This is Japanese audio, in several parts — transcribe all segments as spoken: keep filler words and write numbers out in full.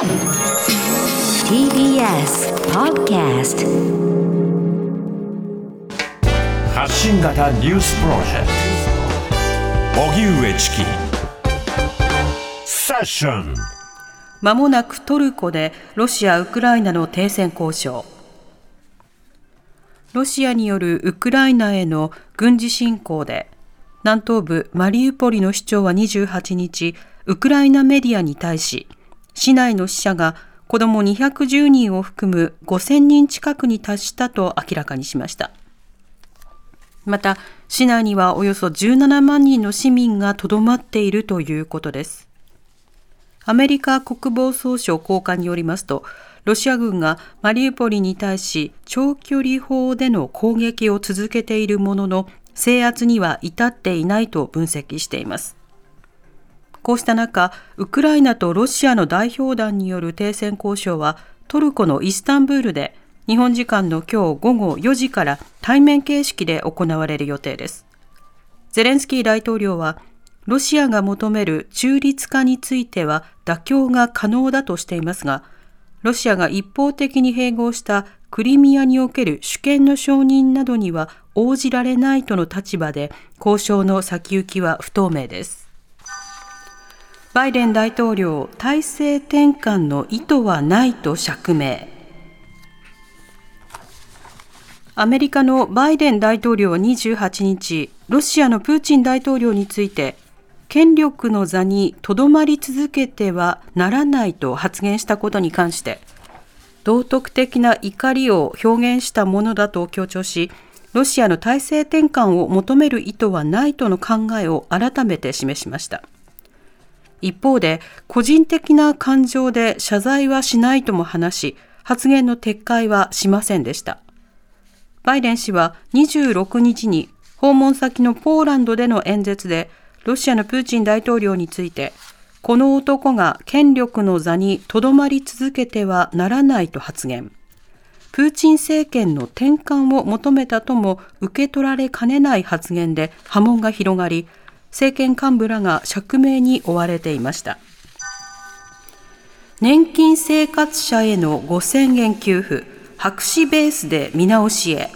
ティービーエス Podcast 発信型ニュースプロジェクト荻上チキセッション。 まもなくトルコでロシア・ウクライナの停戦交渉。ロシアによるウクライナへの軍事侵攻で南東部マリウポリの市長はにじゅうはちにち、ウクライナメディアに対し、市内の死者が子どもにひゃくじゅうにんを含むごせんにん近くに達したと明らかにしました。また、市内にはおよそじゅうななまんにんの市民がとどまっているということです。アメリカ国防総省高官によりますと、ロシア軍がマリウポリに対し長距離砲での攻撃を続けているものの、制圧には至っていないと分析しています。こうした中、ウクライナとロシアの代表団による停戦交渉はトルコのイスタンブールで日本時間の今日午後よじから対面形式で行われる予定です。ゼレンスキー大統領はロシアが求める中立化については妥協が可能だとしていますが、ロシアが一方的に併合したクリミアにおける主権の承認などには応じられないとの立場で、交渉の先行きは不透明です。バイデン大統領、体制転換の意図はないと釈明。アメリカのバイデン大統領はにじゅうはちにち、ロシアのプーチン大統領について、権力の座にとどまり続けてはならないと発言したことに関して、道徳的な怒りを表現したものだと強調し、ロシアの体制転換を求める意図はないとの考えを改めて示しました。一方で、個人的な感情で謝罪はしないとも話し、発言の撤回はしませんでした。バイデン氏はにじゅうろくにちに訪問先のポーランドでの演説で、ロシアのプーチン大統領について、この男が権力の座にとどまり続けてはならないと発言。プーチン政権の転換を求めたとも受け取られかねない発言で波紋が広がり、政権幹部らが釈明に追われていました。年金生活者へのごせんえん給付、白紙ベースで見直しへ。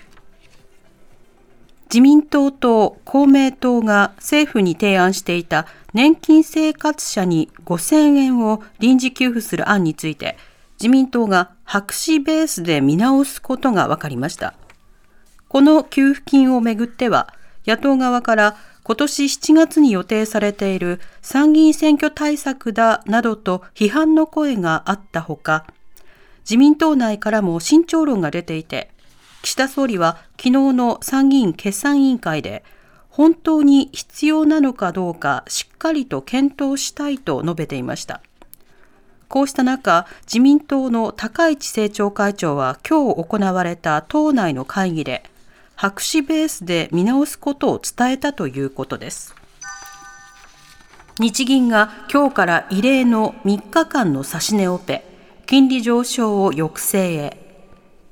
自民党と公明党が政府に提案していた年金生活者にごせんえんを臨時給付する案について、自民党が白紙ベースで見直すことが分かりました。この給付金をめぐっては、野党側から今年しちがつに予定されている参議院選挙対策だなどと批判の声があったほか、自民党内からも慎重論が出ていて、岸田総理は昨日の参議院決算委員会で、本当に必要なのかどうかしっかりと検討したいと述べていました。こうした中、自民党の高市政調会長は今日行われた党内の会議で、白紙ベースで見直すことを伝えたということです。日銀が今日から異例のみっかかんの指し値オペ、金利上昇を抑制へ。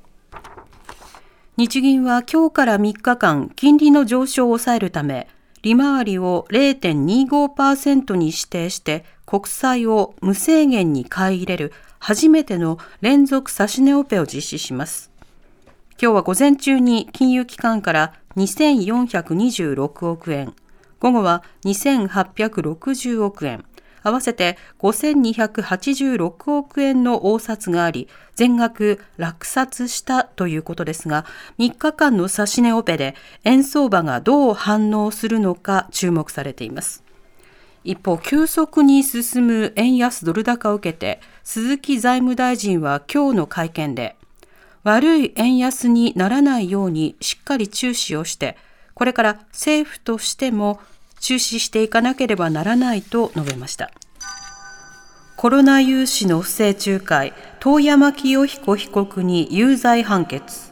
日銀は今日からみっかかん金利の上昇を抑えるため、利回りを ゼロてんにごパーセント に指定して国債を無制限に買い入れる初めての連続指し値オペを実施します。今日は午前中に金融機関からにせんよんひゃくにじゅうろくおくえん、午後はにせんはっぴゃくろくじゅうおくえん、合わせてごせんにひゃくはちじゅうろくおくえんの応札があり、全額落札したということですが、みっかかんの指し値オペで円相場がどう反応するのか注目されています。一方、急速に進む円安ドル高を受けて、鈴木財務大臣は今日の会見で、悪い円安にならないようにしっかり注視をして、これから政府としても注視していかなければならないと述べました。コロナ融資の不正仲介、遠山清彦被告に有罪判決。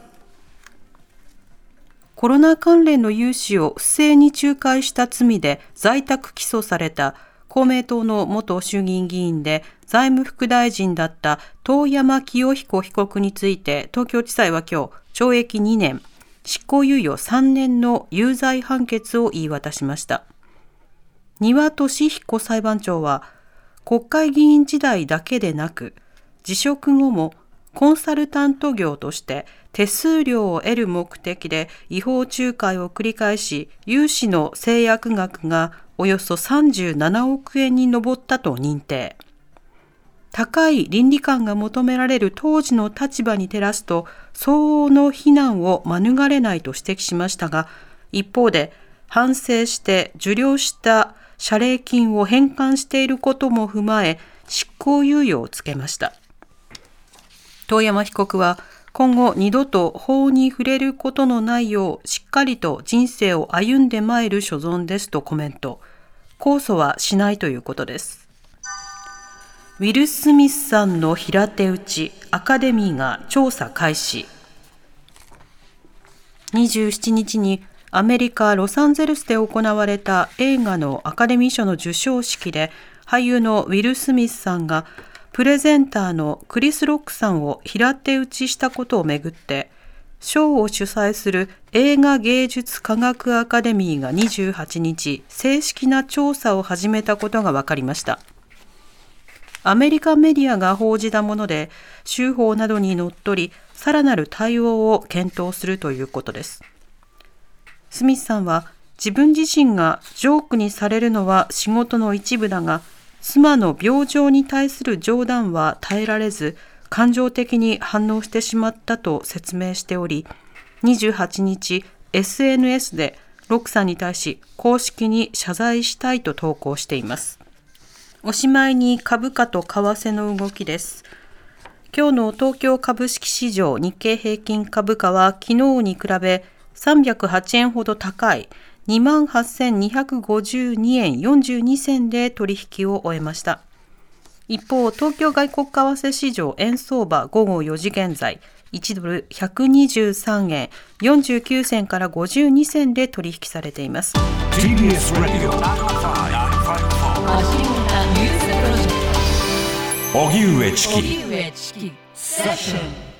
コロナ関連の融資を不正に仲介した罪で在宅起訴された公明党の元衆議院議員で財務副大臣だった遠山清彦被告について、東京地裁は今日懲役にねん、執行猶予さんねんの有罪判決を言い渡しました。丹羽俊彦裁判長は、 国会議員時代だけでなく、辞職後もコンサルタント業として手数料を得る目的で違法仲介を繰り返し、融資の成約額がおよそさんじゅうななおくえんに上ったと認定。高い倫理観が求められる当時の立場に照らすと、相応の非難を免れないと指摘しましたが、一方で反省して受領した謝礼金を返還していることも踏まえ、執行猶予をつけました。遠山被告は今後二度と法に触れることのないようしっかりと人生を歩んでまいる所存ですとコメント。控訴はしないということです。ウィル・スミスさんの平手打ち、アカデミーが調査開始。にじゅうしちにちにアメリカ・ロサンゼルスで行われた映画のアカデミー賞の授賞式で、俳優のウィル・スミスさんがプレゼンターのクリス・ロックさんを平手打ちしたことをめぐって、賞を主催する映画芸術科学アカデミーがにじゅうはちにち、正式な調査を始めたことが分かりました。アメリカメディアが報じたもので、州法などにのっとり、さらなる対応を検討するということです。スミスさんは、自分自身がジョークにされるのは仕事の一部だが、妻の病状に対する冗談は耐えられず、感情的に反応してしまったと説明しており、にじゅうはちにち エスエヌエス でロックさんに対し公式に謝罪したいと投稿しています。おしまいに株価と為替の動きです。今日の東京株式市場日経平均株価は昨日に比べさんびゃくはちえんほど高い にまんはっせんにひゃくごじゅうにえんよんじゅうにせんで取引を終えました。一方、東京外国為替市場円相場午後よじ現在、いちドルひゃくにじゅうさんえんよんじゅうきゅうせんからごじゅうにせんで取引されています。 ティービーエス Radio 荻上チキセッション